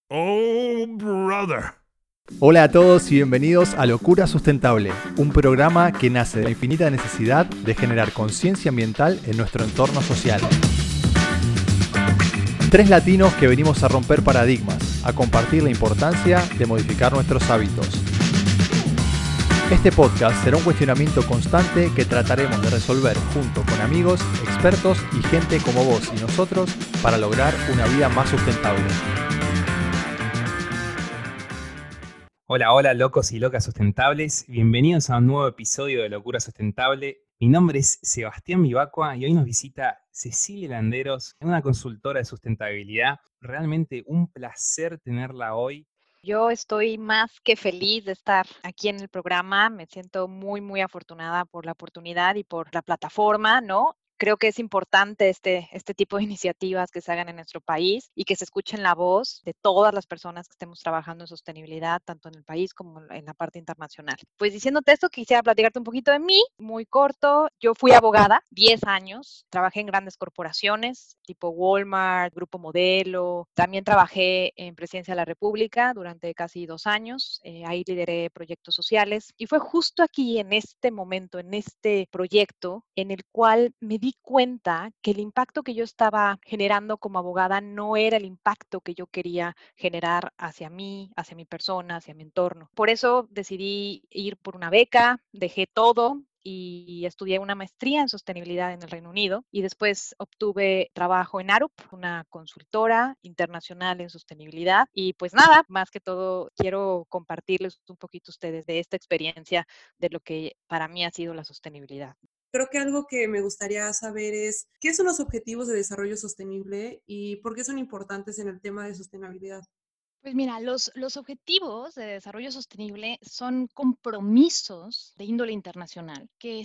Oh, brother. Hola a todos y bienvenidos a Locura Sustentable, un programa que nace de la infinita necesidad de generar conciencia ambiental en nuestro entorno social. Tres latinos que venimos a romper paradigmas, a compartir la importancia de modificar nuestros hábitos. Este podcast será un cuestionamiento constante que trataremos de resolver junto con amigos, expertos y gente como vos y nosotros para lograr una vida más sustentable. Hola, hola, locos y locas sustentables. Bienvenidos a un nuevo episodio de Locura Sustentable. Mi nombre es Sebastián Vivacqua y hoy nos visita Cecilia Landeros, una consultora de sustentabilidad. Realmente un placer tenerla hoy. Yo estoy más que feliz de estar aquí en el programa. Me siento muy afortunada por la oportunidad y por la plataforma, ¿no? Creo que es importante este tipo de iniciativas que se hagan en nuestro país y que se escuchen la voz de todas las personas que estemos trabajando en sostenibilidad, tanto en el país como en la parte internacional. Pues diciéndote esto, quisiera platicarte un poquito de mí, muy corto. Yo fui abogada 10 años, trabajé en grandes corporaciones tipo Walmart, Grupo Modelo. También trabajé en Presidencia de la República durante casi 2 años. Ahí lideré proyectos sociales y fue justo aquí en este momento, en este proyecto, en el cual me di cuenta que el impacto que yo estaba generando como abogada no era el impacto que yo quería generar hacia mí, hacia mi persona, hacia mi entorno. Por eso decidí ir por una beca, dejé todo y estudié una maestría en sostenibilidad en el Reino Unido y después obtuve trabajo en Arup, una consultora internacional en sostenibilidad. Y pues nada, más que todo quiero compartirles un poquito a ustedes de esta experiencia de lo que para mí ha sido la sostenibilidad. Creo que algo que me gustaría saber es, ¿qué son los objetivos de desarrollo sostenible y por qué son importantes en el tema de sostenibilidad? Pues mira, los objetivos de desarrollo sostenible son compromisos de índole internacional que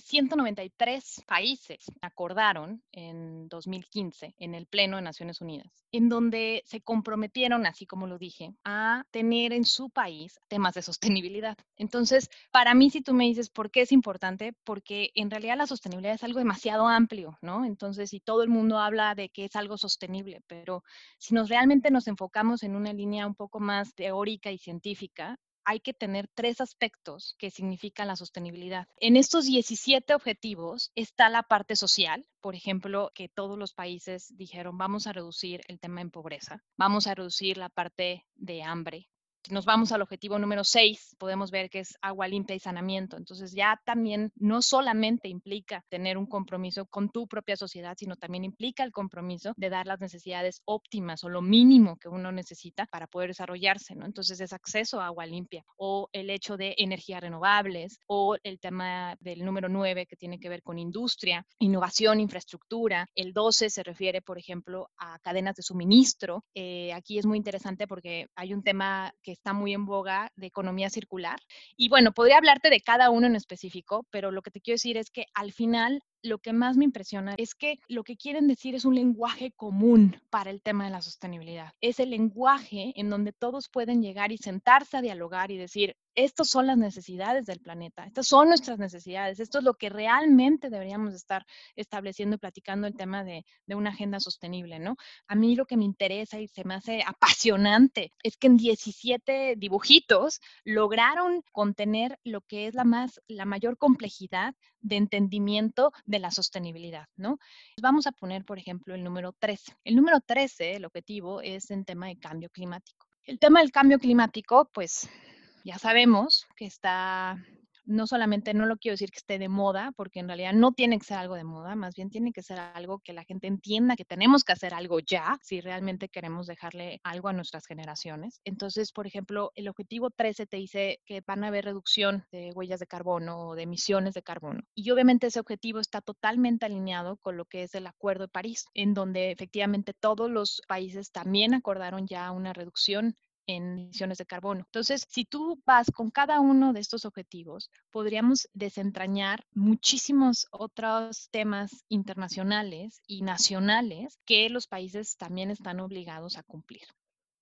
193 países acordaron en 2015 en el Pleno de Naciones Unidas, en donde se comprometieron, así como lo dije, a tener en su país temas de sostenibilidad. Entonces, para mí, si tú me dices por qué es importante, porque en realidad la sostenibilidad es algo demasiado amplio, ¿no? Entonces, si todo el mundo habla de que es algo sostenible, pero si realmente nos enfocamos en una línea un poco más teórica y científica, hay que tener tres aspectos que significan la sostenibilidad. En estos 17 objetivos está la parte social, por ejemplo, que todos los países dijeron, vamos a reducir el tema en pobreza, vamos a reducir la parte de hambre. Si nos vamos al objetivo número 6, podemos ver que es agua limpia y saneamiento. Entonces ya también no solamente implica tener un compromiso con tu propia sociedad, sino también implica el compromiso de dar las necesidades óptimas o lo mínimo que uno necesita para poder desarrollarse, ¿no? Entonces es acceso a agua limpia o el hecho de energías renovables o el tema del número 9 que tiene que ver con industria, innovación, infraestructura. El 12 se refiere, por ejemplo, a cadenas de suministro. Aquí es muy interesante porque hay un tema que está muy en boga de economía circular. Y bueno, podría hablarte de cada uno en específico, pero lo que te quiero decir es que al final lo que más me impresiona es que lo que quieren decir es un lenguaje común para el tema de la sostenibilidad. Es el lenguaje en donde todos pueden llegar y sentarse a dialogar y decir, estas son las necesidades del planeta, estas son nuestras necesidades, esto es lo que realmente deberíamos estar estableciendo y platicando el tema de una agenda sostenible, ¿no? A mí lo que me interesa y se me hace apasionante es que en 17 dibujitos lograron contener lo que es la mayor complejidad de entendimiento de la sostenibilidad, ¿no? Vamos a poner, por ejemplo, el número 13. El número 13, el objetivo es en tema de cambio climático. El tema del cambio climático, pues ya sabemos que está, no solamente, no lo quiero decir que esté de moda, porque en realidad no tiene que ser algo de moda, más bien tiene que ser algo que la gente entienda que tenemos que hacer algo ya, si realmente queremos dejarle algo a nuestras generaciones. Entonces, por ejemplo, el objetivo 13 te dice que van a haber reducción de huellas de carbono o de emisiones de carbono. Y obviamente ese objetivo está totalmente alineado con lo que es el Acuerdo de París, en donde efectivamente todos los países también acordaron ya una reducción en emisiones de carbono. Entonces, si tú vas con cada uno de estos objetivos, podríamos desentrañar muchísimos otros temas internacionales y nacionales que los países también están obligados a cumplir.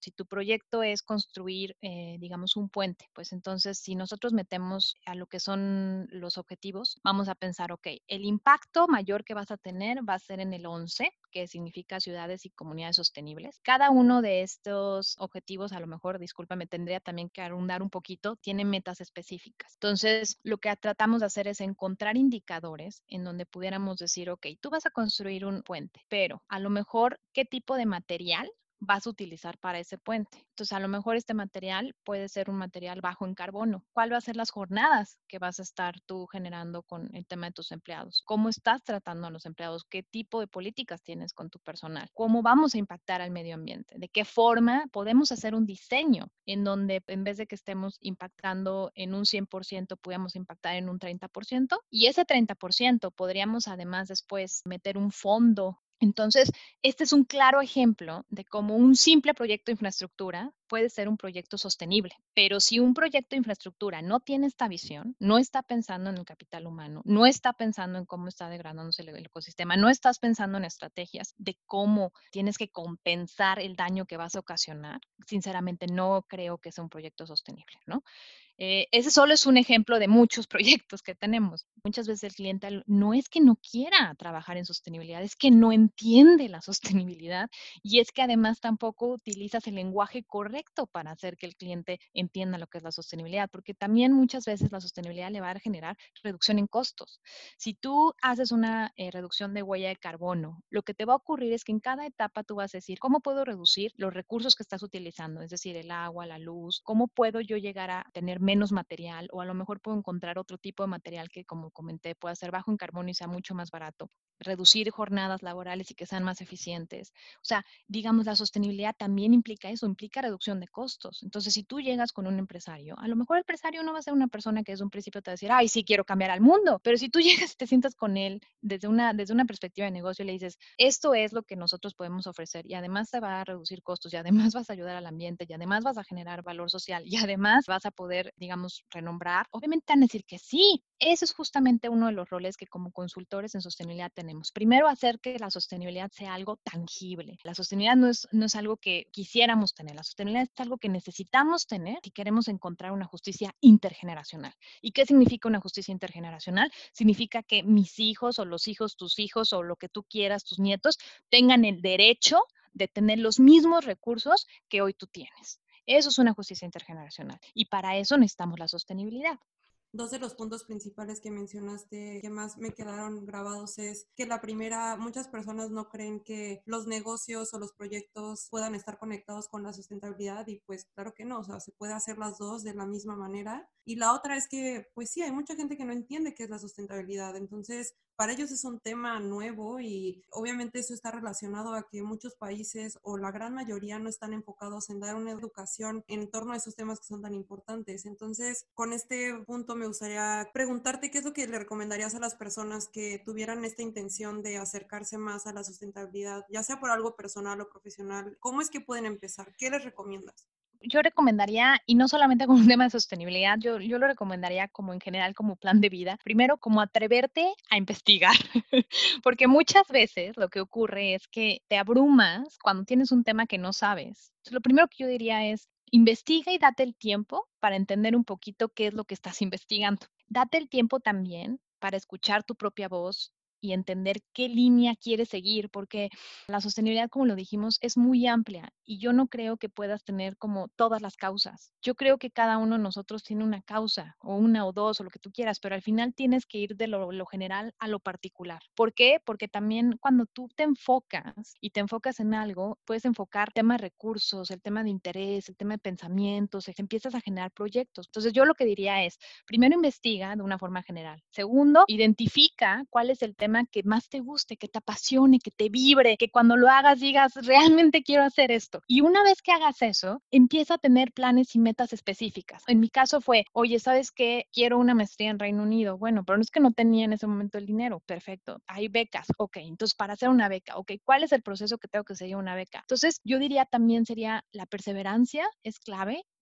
Si tu proyecto es construir, digamos, un puente, pues entonces si nosotros metemos a lo que son los objetivos, vamos a pensar, ok, el impacto mayor que vas a tener va a ser en el 11, que significa ciudades y comunidades sostenibles. Cada uno de estos objetivos, a lo mejor, discúlpame, tendría también que ahondar un poquito, tiene metas específicas. Entonces, lo que tratamos de hacer es encontrar indicadores en donde pudiéramos decir, ok, tú vas a construir un puente, pero a lo mejor, ¿qué tipo de material vas a utilizar para ese puente? Entonces, a lo mejor este material puede ser un material bajo en carbono. ¿Cuál va a ser las jornadas que vas a estar tú generando con el tema de tus empleados? ¿Cómo estás tratando a los empleados? ¿Qué tipo de políticas tienes con tu personal? ¿Cómo vamos a impactar al medio ambiente? ¿De qué forma podemos hacer un diseño en donde en vez de que estemos impactando en un 100%, podamos impactar en un 30%? Y ese 30% podríamos además después meter un fondo. Entonces, este es un claro ejemplo de cómo un simple proyecto de infraestructura puede ser un proyecto sostenible. Pero si un proyecto de infraestructura no tiene esta visión, no está pensando en el capital humano, no está pensando en cómo está degradándose el ecosistema, no estás pensando en estrategias de cómo tienes que compensar el daño que vas a ocasionar, sinceramente no creo que sea un proyecto sostenible, ¿no? Ese solo es un ejemplo de muchos proyectos que tenemos. Muchas veces el cliente no es que no quiera trabajar en sostenibilidad, es que no entiende la sostenibilidad y es que además tampoco utilizas el lenguaje correcto para hacer que el cliente entienda lo que es la sostenibilidad, porque también muchas veces la sostenibilidad le va a generar reducción en costos. Si tú haces una reducción de huella de carbono, lo que te va a ocurrir es que en cada etapa tú vas a decir, ¿cómo puedo reducir los recursos que estás utilizando? Es decir, el agua, la luz, ¿cómo puedo yo llegar a tener menos material o a lo mejor puedo encontrar otro tipo de material que, como comenté, pueda ser bajo en carbono y sea mucho más barato, reducir jornadas laborales y que sean más eficientes. O sea, digamos, la sostenibilidad también implica eso, implica reducción de costos. Entonces, si tú llegas con un empresario, a lo mejor el empresario no va a ser una persona que desde un principio te va a decir, ay, sí, quiero cambiar al mundo, pero si tú llegas y te sientas con él desde una perspectiva de negocio y le dices, esto es lo que nosotros podemos ofrecer y además te va a reducir costos y además vas a ayudar al ambiente y además vas a generar valor social y además vas a poder, digamos, renombrar, obviamente van a decir que sí. Eso es justamente uno de los roles que como consultores en sostenibilidad tenemos. Primero, hacer que la sostenibilidad sea algo tangible. La sostenibilidad no es algo que quisiéramos tener. La sostenibilidad es algo que necesitamos tener si queremos encontrar una justicia intergeneracional. ¿Y qué significa una justicia intergeneracional? Significa que mis hijos o los hijos, tus hijos o lo que tú quieras, tus nietos, tengan el derecho de tener los mismos recursos que hoy tú tienes. Eso es una justicia intergeneracional y para eso necesitamos la sostenibilidad. Dos de los puntos principales que mencionaste que más me quedaron grabados es que la primera, muchas personas no creen que los negocios o los proyectos puedan estar conectados con la sustentabilidad y pues claro que no, o sea, se puede hacer las dos de la misma manera. Y la otra es que pues sí, hay mucha gente que no entiende qué es la sustentabilidad, entonces para ellos es un tema nuevo y obviamente eso está relacionado a que muchos países o la gran mayoría no están enfocados en dar una educación en torno a esos temas que son tan importantes. Entonces, con este punto me gustaría preguntarte qué es lo que le recomendarías a las personas que tuvieran esta intención de acercarse más a la sustentabilidad, ya sea por algo personal o profesional. ¿Cómo es que pueden empezar? ¿Qué les recomiendas? Yo recomendaría, y no solamente con un tema de sostenibilidad, yo lo recomendaría como en general, como plan de vida. Primero, como atreverte a investigar, porque muchas veces lo que ocurre es que te abrumas cuando tienes un tema que no sabes. Entonces, lo primero que yo diría es, investiga y date el tiempo para entender un poquito qué es lo que estás investigando. Date el tiempo también para escuchar tu propia voz y entender qué línea quieres seguir, porque la sostenibilidad, como lo dijimos, es muy amplia y yo no creo que puedas tener como todas las causas. Yo creo que cada uno de nosotros tiene una causa o una o dos o lo que tú quieras, pero al final tienes que ir de lo general a lo particular. ¿Por qué? Porque también cuando tú te enfocas y te enfocas en algo, puedes enfocar el tema de recursos, el tema de interés, el tema de pensamientos, empiezas a generar proyectos. Entonces yo lo que diría es, primero investiga de una forma general. Segundo, identifica cuál es el tema que más te guste, que te apasione, que te vibre, que cuando lo hagas digas, realmente quiero hacer esto. Y una vez que hagas eso, empieza a tener planes y metas específicas. En mi caso fue, oye, ¿sabes qué? Quiero una maestría en Reino Unido. Bueno, pero no es que no tenía en ese momento el dinero. Perfecto. Hay becas. Ok, entonces para hacer una beca, ok, ¿cuál es el proceso que tengo que seguir una beca? Entonces yo diría también sería la perseverancia es clave,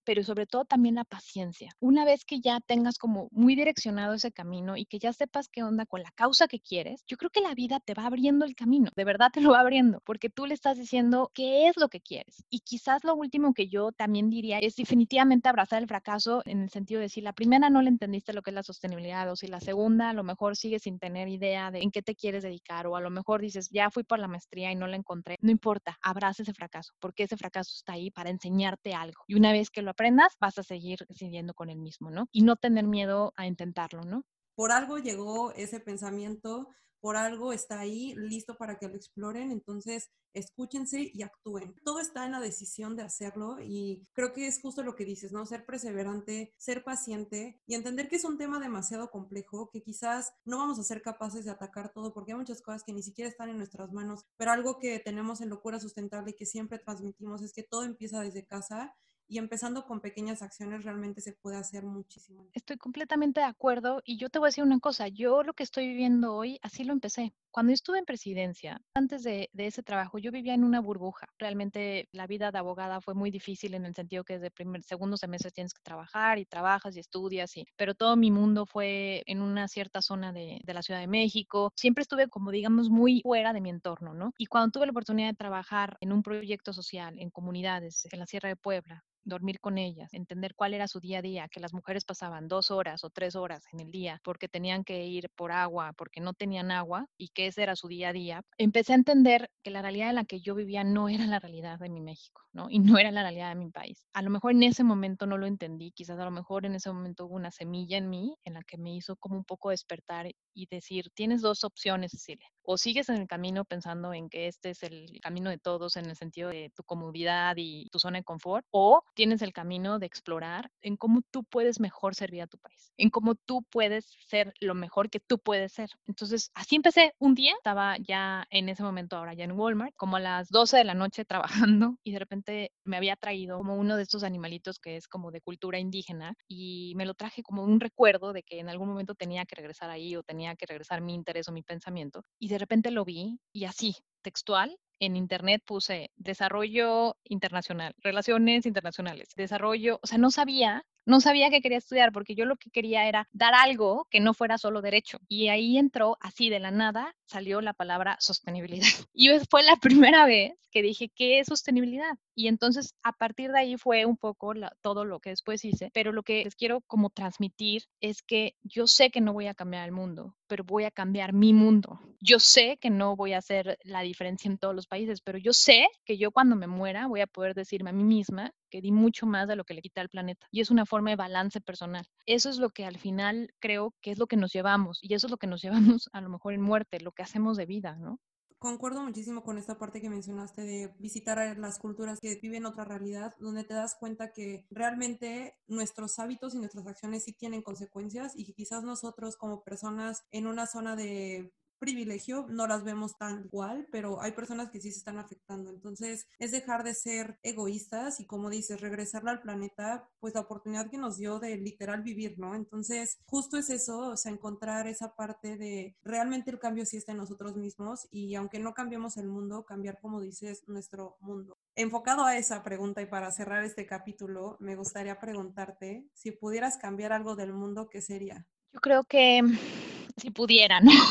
pero sobre todo también la paciencia. Una vez que ya tengas como muy direccionado ese camino y que ya sepas qué onda con la causa que quieres, yo creo que la vida te va abriendo el camino, de verdad te lo va abriendo, porque tú le estás diciendo qué es lo que quieres. Y quizás lo último que yo también diría es definitivamente abrazar el fracaso en el sentido de si la primera no le entendiste lo que es la sostenibilidad o si la segunda a lo mejor sigues sin tener idea de en qué te quieres dedicar o a lo mejor dices, ya fui por la maestría y no la encontré, no importa, abraza ese fracaso, porque ese fracaso está ahí para enseñarte algo. Y una vez que lo aprendas, vas a seguir siguiendo con el mismo, ¿no? Y no tener miedo a intentarlo, ¿no? Por algo llegó ese pensamiento, por algo está ahí, listo para que lo exploren, entonces escúchense y actúen. Todo está en la decisión de hacerlo y creo que es justo lo que dices, ¿no? Ser perseverante, ser paciente y entender que es un tema demasiado complejo, que quizás no vamos a ser capaces de atacar todo porque hay muchas cosas que ni siquiera están en nuestras manos, pero algo que tenemos en Locura Sustentable y que siempre transmitimos es que todo empieza desde casa y empezando con pequeñas acciones realmente se puede hacer muchísimo. Estoy completamente de acuerdo y yo te voy a decir una cosa, yo lo que estoy viviendo hoy, así lo empecé. Cuando yo estuve en presidencia, antes de ese trabajo, yo vivía en una burbuja. Realmente la vida de abogada fue muy difícil en el sentido que desde primer, segundo semestre tienes que trabajar y trabajas y estudias, pero todo mi mundo fue en una cierta zona de la Ciudad de México. Siempre estuve como digamos muy fuera de mi entorno, ¿no? Y cuando tuve la oportunidad de trabajar en un proyecto social, en comunidades, en la Sierra de Puebla, dormir con ellas, entender cuál era su día a día, que las mujeres pasaban 2 horas o 3 horas en el día porque tenían que ir por agua, porque no tenían agua y que ese era su día a día, empecé a entender que la realidad en la que yo vivía no era la realidad de mi México, ¿no? Y no era la realidad de mi país. A lo mejor en ese momento no lo entendí, quizás a lo mejor en ese momento hubo una semilla en mí en la que me hizo como un poco despertar y decir, tienes dos opciones, Cecilia, o sigues en el camino pensando en que este es el camino de todos en el sentido de tu comodidad y tu zona de confort, o tienes el camino de explorar en cómo tú puedes mejor servir a tu país, en cómo tú puedes ser lo mejor que tú puedes ser. Entonces, así empecé un día, estaba ya en ese momento ahora ya en Walmart, como a las 12 de la noche trabajando y de repente me había traído como uno de estos animalitos que es como de cultura indígena y me lo traje como un recuerdo de que en algún momento tenía que regresar ahí o tenía que regresar mi interés o mi pensamiento y de repente lo vi y así, textual, en internet puse desarrollo internacional, relaciones internacionales, desarrollo, o sea, no sabía qué quería estudiar porque yo lo que quería era dar algo que no fuera solo derecho. Y ahí entró, así de la nada, salió la palabra sostenibilidad. Y fue la primera vez que dije, ¿qué es sostenibilidad? Y entonces a partir de ahí fue un poco todo lo que después hice, pero lo que les quiero como transmitir es que yo sé que no voy a cambiar el mundo, pero voy a cambiar mi mundo. Yo sé que no voy a hacer la diferencia en todos los países, pero yo sé que yo cuando me muera voy a poder decirme a mí misma que di mucho más de lo que le quita al planeta. Y es una forma de balance personal. Eso es lo que al final creo que es lo que nos llevamos y eso es lo que nos llevamos a lo mejor en muerte, lo que hacemos de vida, ¿no? Concuerdo muchísimo con esta parte que mencionaste de visitar a las culturas que viven otra realidad, donde te das cuenta que realmente nuestros hábitos y nuestras acciones sí tienen consecuencias y que quizás nosotros como personas en una zona de privilegio no las vemos tan igual, pero hay personas que sí se están afectando. Entonces es dejar de ser egoístas y como dices, regresarle al planeta, pues la oportunidad que nos dio de literal vivir, ¿no? Entonces justo es eso, o sea, encontrar esa parte de realmente el cambio sí está en nosotros mismos y aunque no cambiemos el mundo, cambiar, como dices, nuestro mundo. Enfocado a esa pregunta y para cerrar este capítulo, me gustaría preguntarte si pudieras cambiar algo del mundo, ¿qué sería? Yo creo que si pudiera, ¿no?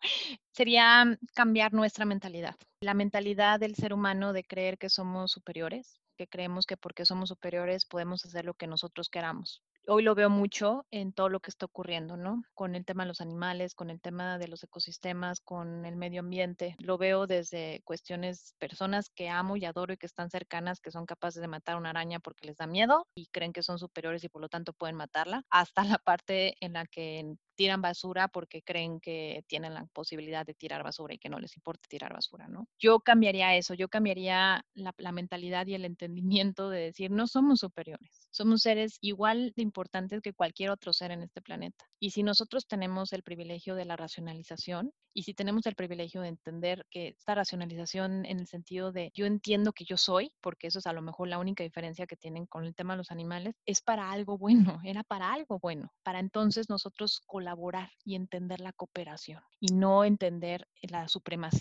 Sería cambiar nuestra mentalidad. La mentalidad del ser humano de creer que somos superiores, que creemos que porque somos superiores podemos hacer lo que nosotros queramos. Hoy lo veo mucho en todo lo que está ocurriendo, ¿no? Con el tema de los animales, con el tema de los ecosistemas, con el medio ambiente. Lo veo desde cuestiones, personas que amo y adoro y que están cercanas, que son capaces de matar una araña porque les da miedo y creen que son superiores y por lo tanto pueden matarla, hasta la parte en la que tiran basura porque creen que tienen la posibilidad de tirar basura y que no les importa tirar basura, ¿no? Yo cambiaría eso, yo cambiaría la mentalidad y el entendimiento de decir, no somos superiores, somos seres igual de importantes que cualquier otro ser en este planeta. Y si nosotros tenemos el privilegio de la racionalización y si tenemos el privilegio de entender que esta racionalización en el sentido de yo entiendo que yo soy, porque eso es a lo mejor la única diferencia que tienen con el tema de los animales, es para algo bueno, era para algo bueno, para entonces nosotros colaborar y entender la cooperación y no entender la supremacía.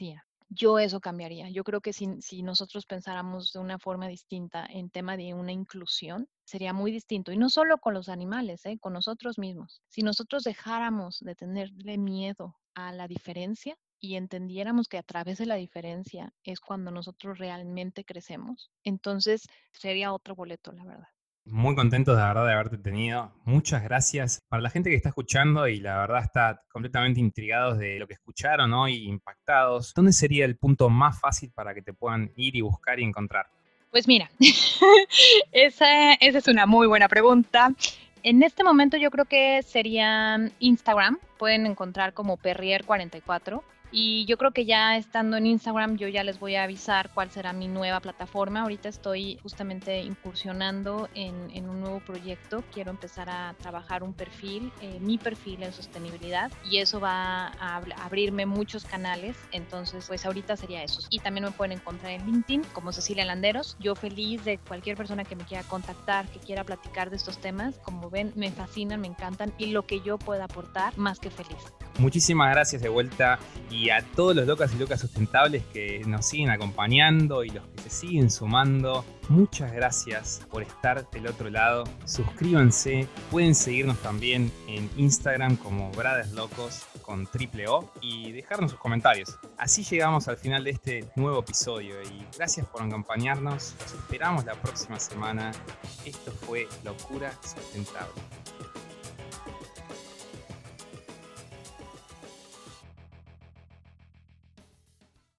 Yo eso cambiaría. Yo creo que si nosotros pensáramos de una forma distinta en tema de una inclusión, sería muy distinto. Y no solo con los animales, con nosotros mismos. Si nosotros dejáramos de tenerle miedo a la diferencia y entendiéramos que a través de la diferencia es cuando nosotros realmente crecemos, entonces sería otro boleto, la verdad. Muy contentos de verdad de haberte tenido. Muchas gracias. Para la gente que está escuchando y la verdad está completamente intrigados de lo que escucharon, ¿no? Y impactados, ¿dónde sería el punto más fácil para que te puedan ir y buscar y encontrar? Pues mira, esa es una muy buena pregunta. En este momento yo creo que sería Instagram. Pueden encontrar como Perrier44. Y yo creo que ya estando en Instagram yo ya les voy a avisar cuál será mi nueva plataforma. Ahorita estoy justamente incursionando en un nuevo proyecto. Quiero empezar a trabajar un perfil, mi perfil en sostenibilidad, y eso va a abrirme muchos canales. Entonces, pues ahorita sería eso. Y también me pueden encontrar en LinkedIn como Cecilia Landeros. Yo feliz de cualquier persona que me quiera contactar, que quiera platicar de estos temas. Como ven, me fascinan, me encantan, y lo que yo pueda aportar, más que feliz. Muchísimas gracias de vuelta, y a todos los locas y locas sustentables que nos siguen acompañando y los que se siguen sumando. Muchas gracias por estar del otro lado. Suscríbanse, pueden seguirnos también en Instagram como Brothers Locos con triple O y dejarnos sus comentarios. Así llegamos al final de este nuevo episodio y gracias por acompañarnos. Los esperamos la próxima semana. Esto fue Locura Sustentable.